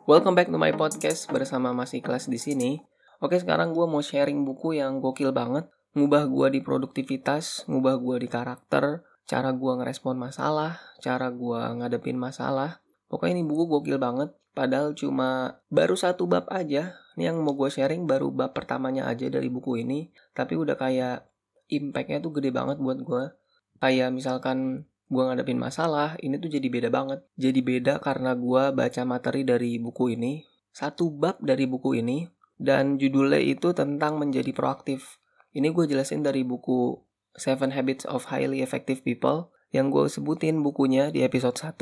Welcome back to my podcast bersama Mas Ikhlas di sini. Oke, sekarang gue mau sharing buku yang gokil banget, ngubah gue di produktivitas, ngubah gue di karakter, cara gue ngerespon masalah, cara gue ngadepin masalah. Pokoknya ini buku gokil banget, padahal cuma baru satu bab aja. Ini yang mau gue sharing baru bab pertamanya aja dari buku ini, tapi udah kayak impact-nya tuh gede banget buat gue. Kayak misalkan gue ngadepin masalah, ini tuh jadi beda banget. Jadi beda karena gue baca materi dari buku ini, satu bab dari buku ini, dan judulnya itu tentang menjadi proaktif. Ini gue jelasin dari buku 7 Habits of Highly Effective People, yang gue sebutin bukunya di episode 1.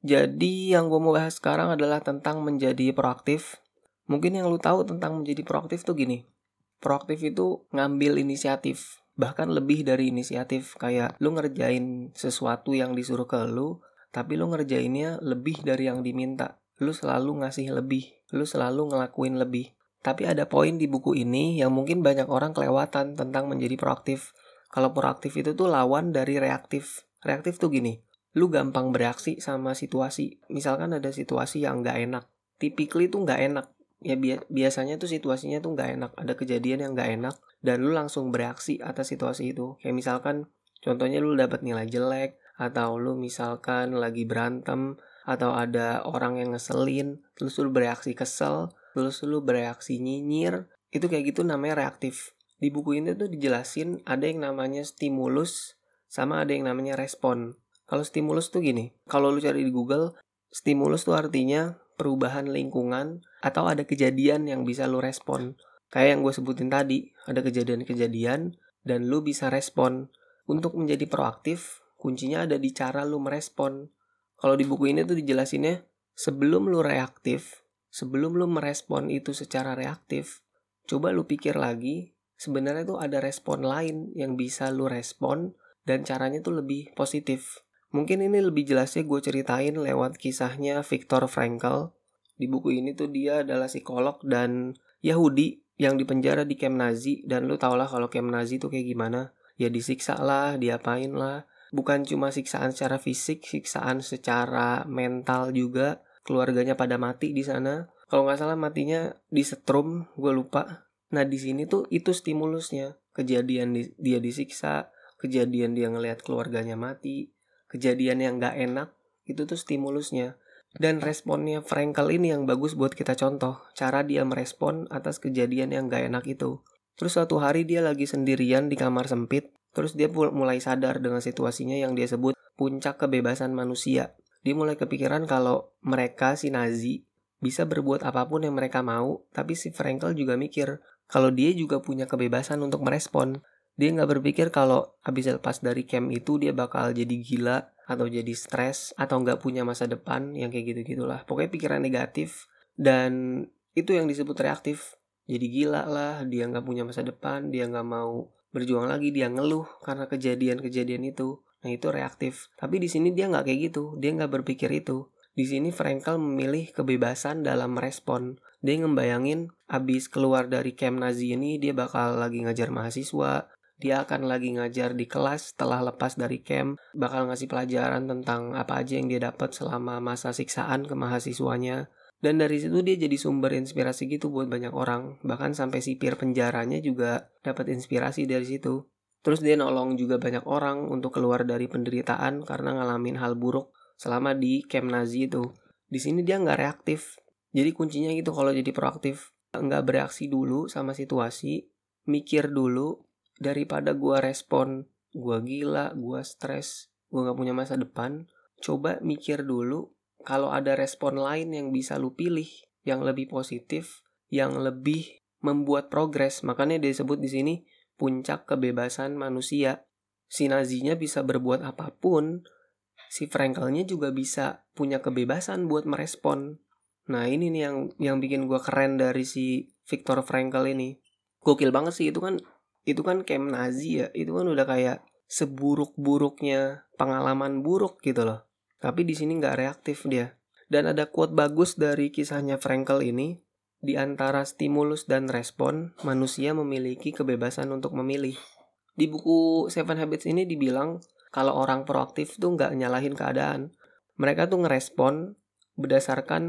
Jadi yang gue mau bahas sekarang adalah tentang menjadi proaktif. Mungkin yang lu tahu tentang menjadi proaktif tuh gini. Proaktif itu ngambil inisiatif, bahkan lebih dari inisiatif. Kayak lu ngerjain sesuatu yang disuruh ke lu, tapi lu ngerjainnya lebih dari yang diminta. Lu selalu ngasih lebih, lu selalu ngelakuin lebih. Tapi ada poin di buku ini yang mungkin banyak orang kelewatan tentang menjadi proaktif. Kalau proaktif itu tuh lawan dari reaktif. Reaktif tuh gini, lu gampang bereaksi sama situasi. Misalkan ada situasi yang gak enak, typically tuh gak enak. Ya biasanya tuh situasinya tuh gak enak, ada kejadian yang gak enak, dan lu langsung bereaksi atas situasi itu. Kayak misalkan, contohnya lu dapat nilai jelek, atau lu misalkan lagi berantem, atau ada orang yang ngeselin, terus lu bereaksi kesel, terus lu bereaksi nyinyir, itu kayak gitu namanya reaktif. Di buku ini tuh dijelasin ada yang namanya stimulus, sama ada yang namanya respon. Kalau stimulus tuh gini, kalau lu cari di Google, stimulus tuh artinya perubahan lingkungan atau ada kejadian yang bisa lu respon. Kayak yang gue sebutin tadi, ada kejadian-kejadian dan lu bisa respon. Untuk menjadi proaktif, kuncinya ada di cara lu merespon. Kalau di buku ini tuh dijelasinnya, sebelum lu reaktif, sebelum lu merespon itu secara reaktif, coba lu pikir lagi, sebenarnya tuh ada respon lain yang bisa lu respon dan caranya tuh lebih positif. Mungkin ini lebih jelasnya gue ceritain lewat kisahnya Viktor Frankl. Di buku ini tuh dia adalah psikolog dan Yahudi yang dipenjara di kamp Nazi. Dan lu tau lah kalau kamp Nazi tuh kayak gimana. Ya disiksa lah, diapain lah. Bukan cuma siksaan secara fisik, siksaan secara mental juga. Keluarganya pada mati di sana. Kalau nggak salah matinya disetrum, gue lupa. Nah di sini tuh itu stimulusnya. Kejadian dia disiksa, kejadian dia ngelihat keluarganya mati, kejadian yang gak enak, itu tuh stimulusnya. Dan responnya Frankl ini yang bagus buat kita contoh, cara dia merespon atas kejadian yang gak enak itu. Terus suatu hari dia lagi sendirian di kamar sempit, terus dia mulai sadar dengan situasinya yang dia sebut puncak kebebasan manusia. Dia mulai kepikiran kalau mereka, si Nazi, bisa berbuat apapun yang mereka mau, tapi si Frankl juga mikir kalau dia juga punya kebebasan untuk merespon. Dia gak berpikir kalau habis lepas dari camp itu dia bakal jadi gila atau jadi stres atau gak punya masa depan yang kayak gitu-gitulah. Pokoknya pikiran negatif dan itu yang disebut reaktif. Jadi gila lah, dia gak punya masa depan, dia gak mau berjuang lagi, dia ngeluh karena kejadian-kejadian itu. Nah itu reaktif. Tapi di sini dia gak kayak gitu, dia gak berpikir itu. Di sini Frankl memilih kebebasan dalam merespon. Dia ngebayangin abis keluar dari camp Nazi ini dia bakal lagi ngajar mahasiswa. Dia akan lagi ngajar di kelas setelah lepas dari camp, bakal ngasih pelajaran tentang apa aja yang dia dapat selama masa siksaan ke mahasiswanya. Dan dari situ dia jadi sumber inspirasi gitu buat banyak orang. Bahkan sampai sipir penjaranya juga dapat inspirasi dari situ. Terus dia nolong juga banyak orang untuk keluar dari penderitaan karena ngalamin hal buruk selama di camp Nazi itu. Di sini dia nggak reaktif. Jadi kuncinya gitu kalau jadi proaktif. Nggak bereaksi dulu sama situasi, mikir dulu. Daripada gue respon, gue gila, gue stres, gue gak punya masa depan, coba mikir dulu kalau ada respon lain yang bisa lu pilih, yang lebih positif, yang lebih membuat progres. Makanya disebut di sini puncak kebebasan manusia. Si Nazinya bisa berbuat apapun, si Franklnya juga bisa punya kebebasan buat merespon. Nah ini nih yang bikin gue keren dari si Viktor Frankl ini. Gokil banget sih, itu kan camp Nazi ya, itu kan udah kayak seburuk-buruknya pengalaman buruk gitu loh. Tapi di sini nggak reaktif dia. Dan ada quote bagus dari kisahnya Frankl ini, di antara stimulus dan respon, manusia memiliki kebebasan untuk memilih. Di buku 7 Habits ini dibilang kalau orang proaktif tuh nggak nyalahin keadaan. Mereka tuh ngerespon berdasarkan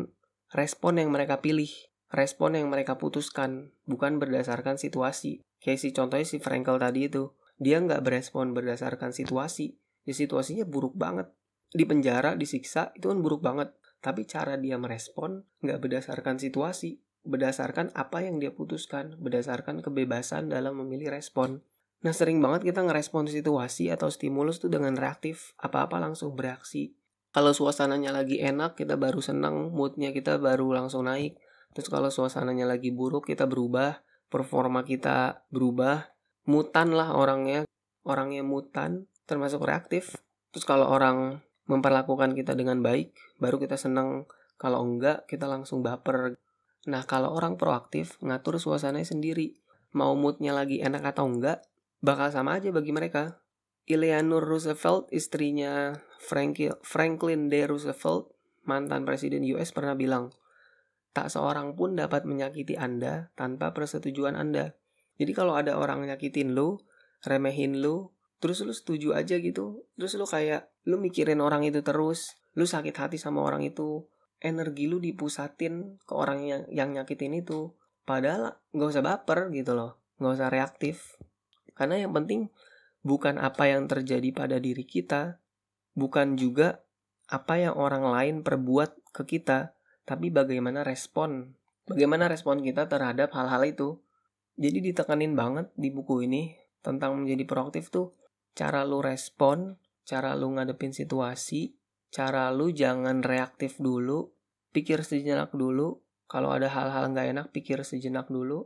respon yang mereka pilih, respon yang mereka putuskan, bukan berdasarkan situasi. Kayak contohnya si Frankel tadi itu, dia nggak berespon berdasarkan situasi. Ya situasinya buruk banget. Di penjara, disiksa, itu kan buruk banget. Tapi cara dia merespon nggak berdasarkan situasi, berdasarkan apa yang dia putuskan, berdasarkan kebebasan dalam memilih respon. Nah, sering banget kita ngerespon situasi atau stimulus tuh dengan reaktif, apa-apa langsung bereaksi. Kalau suasananya lagi enak, kita baru senang, moodnya kita baru langsung naik. Terus kalau suasananya lagi buruk, kita berubah, performa kita berubah, mutan lah orangnya mutan, termasuk reaktif. Terus kalau orang memperlakukan kita dengan baik, baru kita senang. Kalau enggak, kita langsung baper. Nah, kalau orang proaktif, ngatur suasananya sendiri. Mau moodnya lagi enak atau enggak, bakal sama aja bagi mereka. Eleanor Roosevelt, istrinya Franklin D. Roosevelt, mantan presiden US, pernah bilang, tak seorang pun dapat menyakiti Anda tanpa persetujuan Anda. Jadi kalau ada orang nyakitin lu, remehin lu, terus lu setuju aja gitu, terus lu mikirin orang itu terus, lu sakit hati sama orang itu, energi lu dipusatin ke orang yang nyakitin itu. Padahal gak usah baper gitu loh, gak usah reaktif. Karena yang penting bukan apa yang terjadi pada diri kita, bukan juga apa yang orang lain perbuat ke kita, tapi bagaimana respon kita terhadap hal-hal itu. Jadi ditekanin banget di buku ini tentang menjadi proaktif tuh, cara lu respon, cara lu ngadepin situasi, cara lu jangan reaktif dulu, pikir sejenak dulu. Kalau ada hal-hal gak enak, pikir sejenak dulu.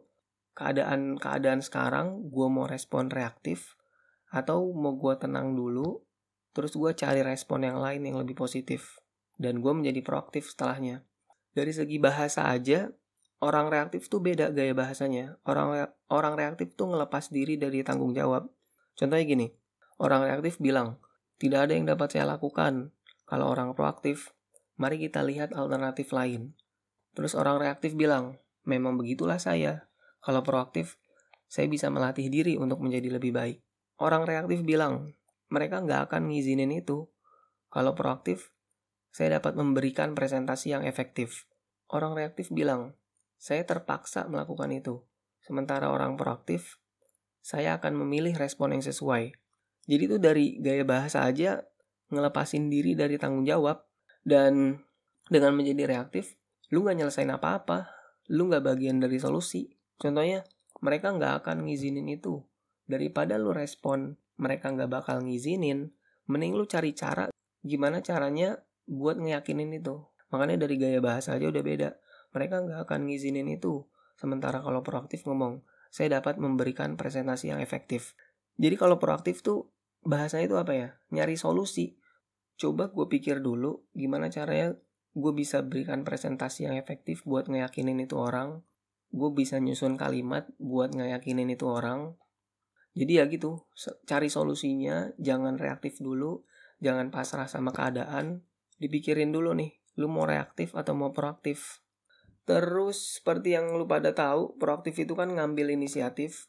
Keadaan sekarang, gue mau respon reaktif, atau mau gue tenang dulu, terus gue cari respon yang lain yang lebih positif, dan gue menjadi proaktif setelahnya. Dari segi bahasa aja, orang reaktif tuh beda gaya bahasanya. Orang reaktif tuh ngelepas diri dari tanggung jawab. Contohnya gini, orang reaktif bilang, tidak ada yang dapat saya lakukan. Kalau orang proaktif, mari kita lihat alternatif lain. Terus orang reaktif bilang, memang begitulah saya. Kalau proaktif, saya bisa melatih diri untuk menjadi lebih baik. Orang reaktif bilang, mereka nggak akan ngizinin itu. Kalau proaktif, saya dapat memberikan presentasi yang efektif. Orang reaktif bilang, saya terpaksa melakukan itu. Sementara orang proaktif, saya akan memilih respon yang sesuai. Jadi itu dari gaya bahasa aja, ngelepasin diri dari tanggung jawab. Dan dengan menjadi reaktif, lu nggak nyelesain apa-apa. Lu nggak bagian dari solusi. Contohnya, mereka nggak akan ngizinin itu. Daripada lu respon, mereka nggak bakal ngizinin, mending lu cari cara gimana caranya buat ngeyakinin itu. Makanya dari gaya bahasa aja udah beda. Mereka nggak akan ngizinin itu. Sementara kalau proaktif ngomong, saya dapat memberikan presentasi yang efektif. Jadi kalau proaktif tuh bahasanya itu apa ya? Nyari solusi. Coba gue pikir dulu gimana caranya gue bisa berikan presentasi yang efektif buat ngeyakinin itu orang. Gue bisa nyusun kalimat buat ngeyakinin itu orang. Jadi ya gitu, cari solusinya, jangan reaktif dulu, jangan pasrah sama keadaan, dipikirin dulu nih, lu mau reaktif atau mau proaktif. Terus seperti yang lu pada tahu, proaktif itu kan ngambil inisiatif,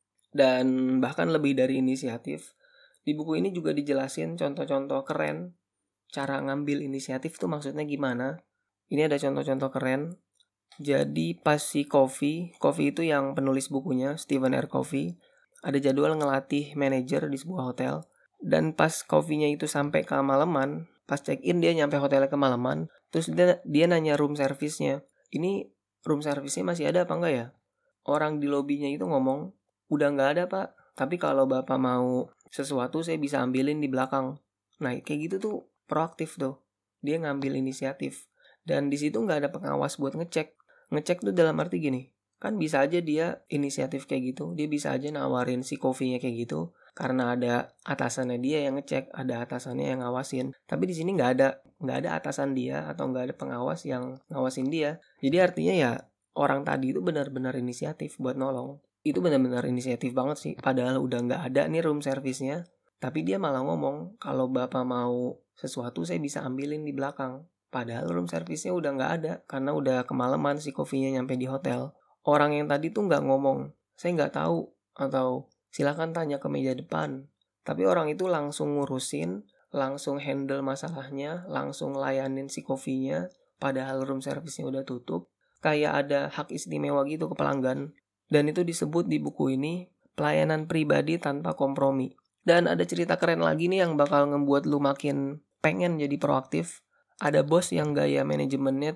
dan bahkan lebih dari inisiatif. Di buku ini juga dijelasin contoh-contoh keren, cara ngambil inisiatif tuh maksudnya gimana. Ini ada contoh-contoh keren. Jadi pas si Covey itu yang penulis bukunya, Stephen R. Covey, ada jadwal ngelatih manajer di sebuah hotel. Dan pas Covey-nya itu sampai kemalaman, pas check-in dia nyampe hotelnya kemalaman, terus dia nanya room service-nya, ini room service-nya masih ada apa enggak ya? Orang di lobbynya itu ngomong, udah nggak ada pak, tapi kalau bapak mau sesuatu saya bisa ambilin di belakang. Nah kayak gitu tuh proaktif tuh, dia ngambil inisiatif. Dan di situ nggak ada pengawas buat ngecek tuh dalam arti gini, kan bisa aja dia inisiatif kayak gitu, dia bisa aja nawarin si Covey-nya kayak gitu, karena ada atasannya dia yang ngecek, ada atasannya yang ngawasin. Tapi di sini nggak ada atasan dia atau nggak ada pengawas yang ngawasin dia. Jadi artinya ya orang tadi itu benar-benar inisiatif buat nolong. Itu benar-benar inisiatif banget sih. Padahal udah nggak ada nih room service-nya, tapi dia malah ngomong kalau bapak mau sesuatu saya bisa ambilin di belakang. Padahal room service-nya udah nggak ada karena udah kemalaman si Covey-nya nyampe di hotel. Orang yang tadi tuh nggak ngomong, saya nggak tahu, atau silakan tanya ke meja depan. Tapi orang itu langsung ngurusin, langsung handle masalahnya, langsung layanin si Covey-nya. padahal room service-nya udah tutup. Kayak ada hak istimewa gitu ke pelanggan. Dan itu disebut di buku ini pelayanan pribadi tanpa kompromi. Dan ada cerita keren lagi nih yang bakal ngebuat lu makin pengen jadi proaktif. Ada bos yang gaya manajemennya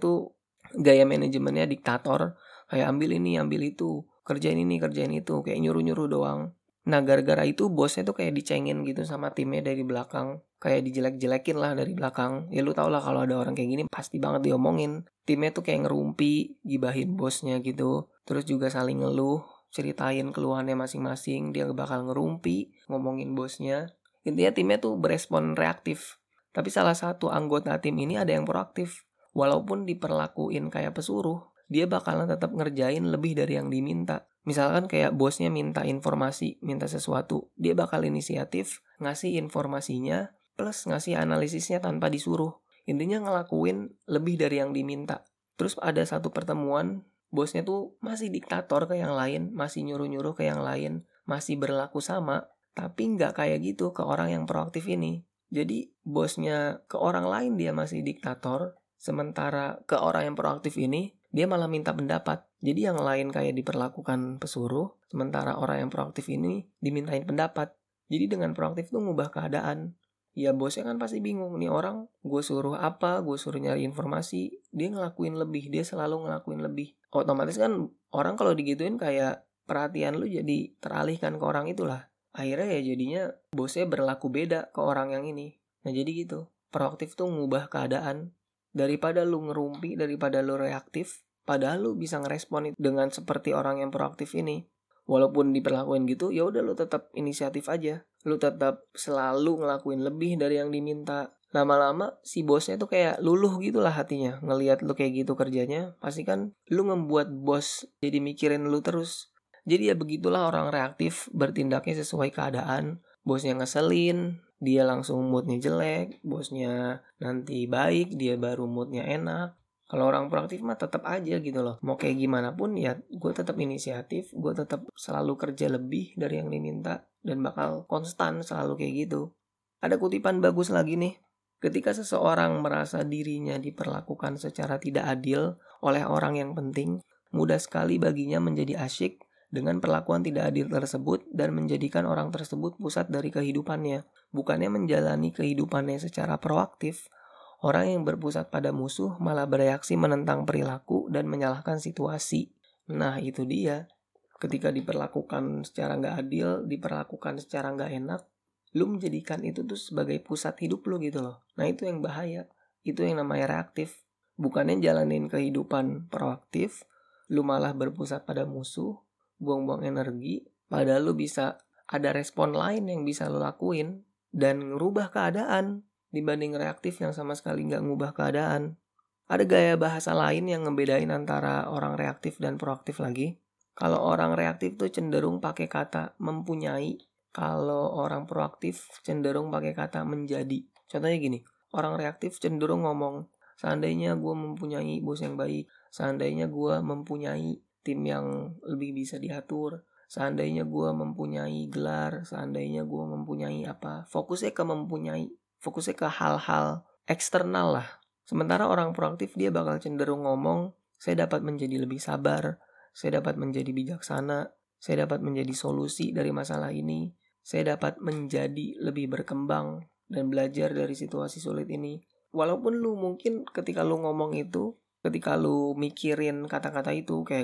diktator. Kayak ambil ini, ambil itu, kerjain ini, kerjain itu, kayak nyuruh-nyuruh doang. Nah, gara-gara itu bosnya tuh kayak dicengin gitu sama timnya dari belakang. Kayak dijelek-jelekin lah dari belakang. Ya lu tau lah kalau ada orang kayak gini pasti banget diomongin. Timnya tuh kayak ngerumpi, gibahin bosnya gitu. Terus juga saling ngeluh, ceritain keluhannya masing-masing. Dia bakal ngerumpi, ngomongin bosnya. Intinya timnya tuh berespon reaktif. Tapi salah satu anggota tim ini ada yang proaktif. Walaupun diperlakuin kayak pesuruh, dia bakalan tetap ngerjain lebih dari yang diminta. Misalkan kayak bosnya minta informasi, minta sesuatu, dia bakal inisiatif ngasih informasinya plus ngasih analisisnya tanpa disuruh. Intinya ngelakuin lebih dari yang diminta. Terus ada satu pertemuan, bosnya tuh masih diktator ke yang lain, masih nyuruh-nyuruh ke yang lain, masih berlaku sama, tapi nggak kayak gitu ke orang yang proaktif ini. Jadi bosnya ke orang lain dia masih diktator, sementara ke orang yang proaktif ini dia malah minta pendapat. Jadi yang lain kayak diperlakukan pesuruh, sementara orang yang proaktif ini dimintain pendapat. Jadi dengan proaktif tuh ngubah keadaan. Ya bosnya kan pasti bingung, nih orang gue suruh apa, gue suruh nyari informasi, dia ngelakuin lebih, dia selalu ngelakuin lebih. Otomatis kan orang kalau digituin kayak perhatian lu jadi teralihkan ke orang itulah. Akhirnya ya jadinya bosnya berlaku beda ke orang yang ini. Nah jadi gitu, proaktif tuh ngubah keadaan. Daripada lu ngerumpi, daripada lu reaktif, padahal lu bisa ngerespon dengan seperti orang yang proaktif ini. Walaupun diperlakuin gitu, ya udah lu tetap inisiatif aja. Lu tetap selalu ngelakuin lebih dari yang diminta. Lama-lama si bosnya tuh kayak luluh gitulah hatinya. Ngelihat lu kayak gitu kerjanya, pasti kan lu membuat bos jadi mikirin lu terus. Jadi ya begitulah orang reaktif bertindaknya sesuai keadaan. Bosnya ngeselin, dia langsung moodnya jelek. Bosnya nanti baik, dia baru moodnya enak. Kalau orang proaktif mah tetap aja gitu loh. Mau kayak gimana pun ya gue tetap inisiatif. Gue tetap selalu kerja lebih dari yang diminta. Dan bakal konstan selalu kayak gitu. Ada kutipan bagus lagi nih. Ketika seseorang merasa dirinya diperlakukan secara tidak adil oleh orang yang penting, mudah sekali baginya menjadi asyik dengan perlakuan tidak adil tersebut dan menjadikan orang tersebut pusat dari kehidupannya. Bukannya menjalani kehidupannya secara proaktif, orang yang berpusat pada musuh malah bereaksi menentang perilaku dan menyalahkan situasi. Nah itu dia. Ketika diperlakukan secara nggak adil, diperlakukan secara nggak enak, lu menjadikan itu tuh sebagai pusat hidup lu gitu loh. Nah itu yang bahaya. Itu yang namanya reaktif. Bukannya jalanin kehidupan proaktif, lu malah berpusat pada musuh, buang-buang energi, padahal lu bisa ada respon lain yang bisa lu lakuin dan ngerubah keadaan dibanding reaktif yang sama sekali nggak ngubah keadaan. Ada gaya bahasa lain yang ngebedain antara orang reaktif dan proaktif lagi. Kalau orang reaktif tuh cenderung pakai kata mempunyai, kalau orang proaktif cenderung pakai kata menjadi. Contohnya gini, orang reaktif cenderung ngomong, seandainya gue mempunyai bos yang baik, seandainya gue mempunyai tim yang lebih bisa diatur, seandainya gue mempunyai gelar, seandainya gue mempunyai apa. Fokusnya ke mempunyai, fokusnya ke hal-hal eksternal lah. Sementara orang proaktif dia bakal cenderung ngomong, saya dapat menjadi lebih sabar, saya dapat menjadi bijaksana, saya dapat menjadi solusi dari masalah ini, saya dapat menjadi lebih berkembang dan belajar dari situasi sulit ini. Walaupun lu mungkin ketika lu ngomong itu, ketika lu mikirin kata-kata itu kayak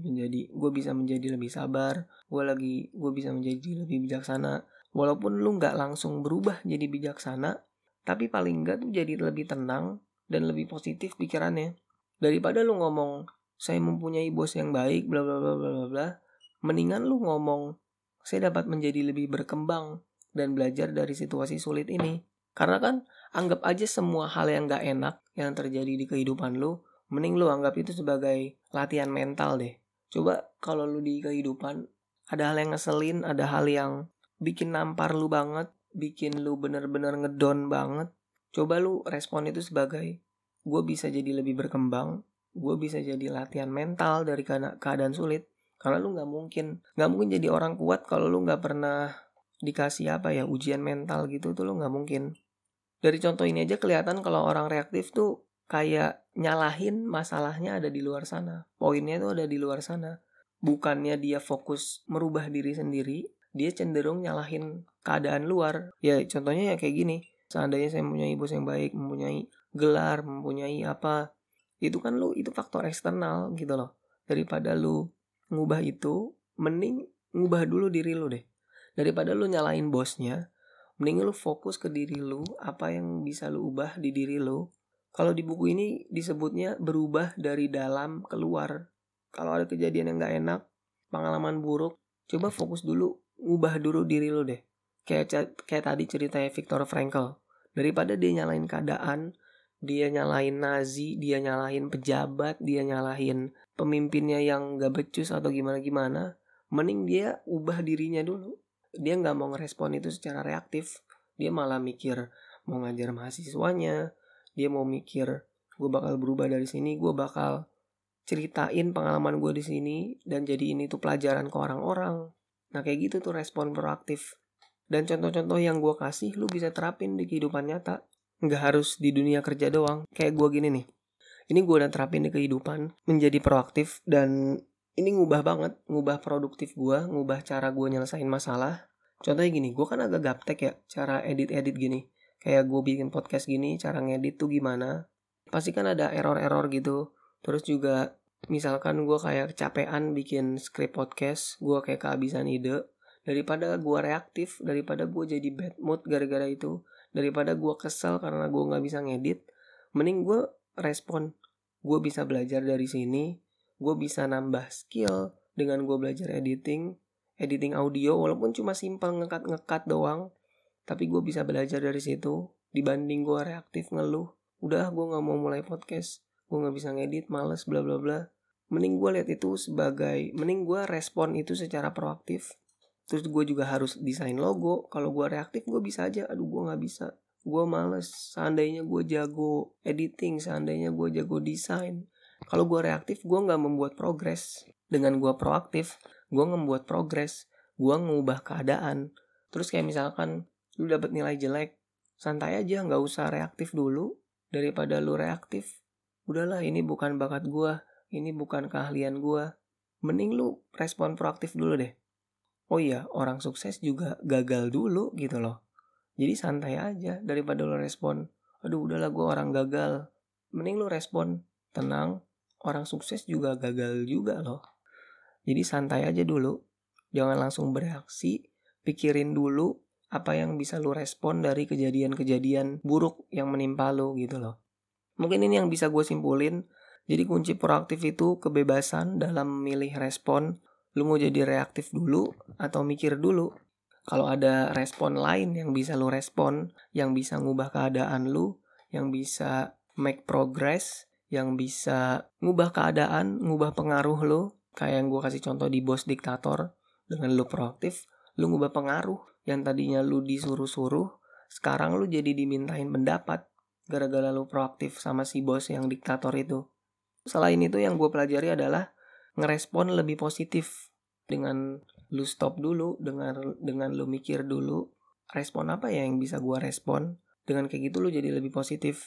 gue bisa menjadi lebih sabar, gue bisa menjadi lebih bijaksana. Walaupun lu nggak langsung berubah jadi bijaksana, tapi paling nggak tuh jadi lebih tenang dan lebih positif pikirannya. Daripada lu ngomong saya mempunyai bos yang baik, bla bla bla bla bla, mendingan lu ngomong saya dapat menjadi lebih berkembang dan belajar dari situasi sulit ini. Karena kan anggap aja semua hal yang gak enak yang terjadi di kehidupan lu, mending lu anggap itu sebagai latihan mental deh. Coba kalau lu di kehidupan ada hal yang ngeselin, ada hal yang bikin nampar lu banget, bikin lu bener-bener ngedon banget, coba lu respon itu sebagai gue bisa jadi lebih berkembang, gue bisa jadi latihan mental dari keadaan sulit. Karena lu gak mungkin jadi orang kuat kalau lu gak pernah dikasih ujian mental gitu tuh lu gak mungkin. Dari contoh ini aja kelihatan kalau orang reaktif tuh kayak nyalahin masalahnya ada di luar sana. Poinnya itu ada di luar sana. Bukannya dia fokus merubah diri sendiri, dia cenderung nyalahin keadaan luar. Ya contohnya ya kayak gini. Seandainya saya mempunyai bos yang baik, mempunyai gelar, mempunyai apa, itu kan itu faktor eksternal gitu loh. Daripada lu ngubah itu, mending ngubah dulu diri lu deh. Daripada lu nyalain bosnya, mending lu fokus ke diri lu, apa yang bisa lu ubah di diri lu. Kalau di buku ini disebutnya berubah dari dalam keluar. Kalau ada kejadian yang gak enak, pengalaman buruk, coba fokus dulu, ubah dulu diri lu deh. Kayak tadi ceritanya Viktor Frankl. Daripada dia nyalain keadaan, dia nyalain Nazi, dia nyalahin pejabat, dia nyalahin pemimpinnya yang gak becus atau gimana-gimana, mending dia ubah dirinya dulu. Dia gak mau ngerespon itu secara reaktif. Dia malah mikir mau ngajar mahasiswanya. Dia mau mikir, gue bakal berubah dari sini, gue bakal ceritain pengalaman gue di sini dan jadi ini tuh pelajaran ke orang-orang. Nah kayak gitu tuh respon proaktif. Dan contoh-contoh yang gue kasih lu bisa terapin di kehidupan nyata. Nggak harus di dunia kerja doang. Kayak gue gini nih. Ini gue udah terapin di kehidupan menjadi proaktif dan ini ngubah banget, ngubah produktif gue, ngubah cara gue nyelesain masalah. Contohnya gini, gue kan agak gaptek ya cara edit-edit gini. Kayak gue bikin podcast gini, cara ngedit tuh gimana. Pasti kan ada error-error gitu. Terus juga misalkan gue kayak kecapean bikin skrip podcast, gue kayak kehabisan ide. Daripada gue reaktif, daripada gue jadi bad mood gara-gara itu, daripada gue kesel karena gue gak bisa ngedit, mending gue respon. Gue bisa belajar dari sini, gue bisa nambah skill dengan gue belajar editing audio, walaupun cuma simpel ngekat doang. Tapi gue bisa belajar dari situ, dibanding gue reaktif ngeluh. Udah gue gak mau mulai podcast, gue gak bisa ngedit, males, bla bla bla. Mending gue lihat itu mending gue respon itu secara proaktif. Terus gue juga harus desain logo. Kalau gue reaktif gue bisa aja, aduh gue gak bisa, gue males. Seandainya gue jago editing, seandainya gue jago desain. Kalau gue reaktif gue gak membuat progres. Dengan gue proaktif, gue membuat progres. Gue ngubah keadaan. Terus kayak misalkan lu dapat nilai jelek, santai aja, gak usah reaktif dulu. Daripada lu reaktif, udahlah ini bukan bakat gue, ini bukan keahlian gue. Mending lu respon proaktif dulu deh. Oh iya, orang sukses juga gagal dulu gitu loh. Jadi santai aja daripada lu respon, aduh udahlah gue orang gagal. Mending lu respon, tenang, orang sukses juga gagal juga loh. Jadi santai aja dulu, jangan langsung bereaksi, pikirin dulu apa yang bisa lu respon dari kejadian-kejadian buruk yang menimpa lu gitu loh. Mungkin ini yang bisa gue simpulin. Jadi kunci proaktif itu kebebasan dalam memilih respon. Lu mau jadi reaktif dulu atau mikir dulu. Kalau ada respon lain yang bisa lu respon, yang bisa ngubah keadaan lu, yang bisa make progress, yang bisa ngubah keadaan, ngubah pengaruh lu, kayak yang gue kasih contoh di Bos Diktator. Dengan lu proaktif, lu ngubah pengaruh. Yang tadinya lu disuruh-suruh, sekarang lu jadi dimintain pendapat gara-gara lu proaktif sama si bos yang diktator itu. Selain itu yang gue pelajari adalah ngerespon lebih positif. Dengan lu stop dulu, dengan lu mikir dulu, respon apa ya yang bisa gue respon. Dengan kayak gitu lu jadi lebih positif.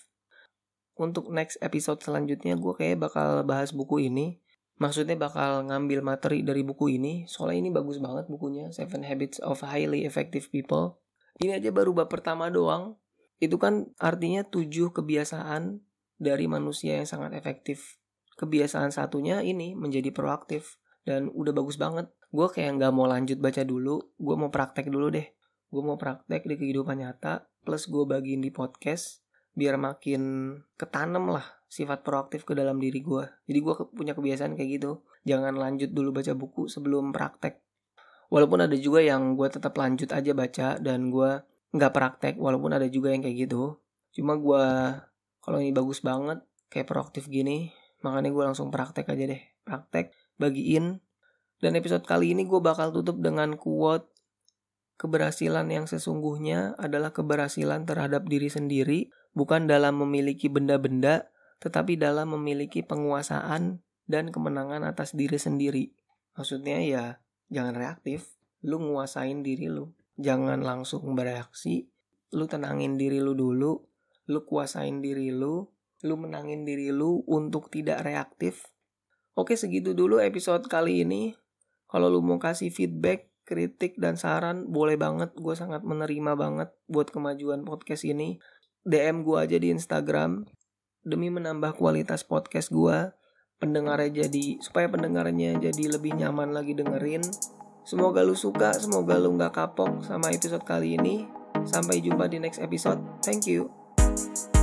Untuk next episode selanjutnya gue kayak bakal bahas buku ini. Maksudnya bakal ngambil materi dari buku ini. Soalnya ini bagus banget bukunya, 7 Habits of Highly Effective People. Ini aja baru bab pertama doang. Itu kan artinya 7 kebiasaan dari manusia yang sangat efektif. Kebiasaan satunya ini menjadi proaktif. Dan udah bagus banget. Gue kayak gak mau lanjut baca dulu. Gue mau praktek dulu deh. Gue mau praktek di kehidupan nyata. Plus gue bagiin di podcast. Biar makin ketanem lah sifat proaktif ke dalam diri gue. Jadi gue punya kebiasaan kayak gitu. Jangan lanjut dulu baca buku sebelum praktek. Walaupun ada juga yang gue tetap lanjut aja baca dan gue gak praktek. Walaupun ada juga yang kayak gitu. Cuma gue kalau ini bagus banget kayak proaktif gini, makanya gue langsung praktek aja deh. Praktek, bagiin. Dan episode kali ini gue bakal tutup dengan quote, keberhasilan yang sesungguhnya adalah keberhasilan terhadap diri sendiri, bukan dalam memiliki benda-benda, tetapi dalam memiliki penguasaan dan kemenangan atas diri sendiri. Maksudnya ya, jangan reaktif, lu nguasain diri lu. Jangan langsung bereaksi, lu tenangin diri lu dulu, lu kuasain diri lu lu menangin diri lu untuk tidak reaktif. Oke, segitu dulu episode kali ini. Kalau lu mau kasih feedback, kritik, dan saran, boleh banget. Gue sangat menerima banget buat kemajuan podcast ini. DM gue aja di Instagram. Demi menambah kualitas podcast gue, supaya pendengarnya jadi lebih nyaman lagi dengerin. Semoga lu suka, semoga lu gak kapok sama episode kali ini. Sampai jumpa di next episode. Thank you.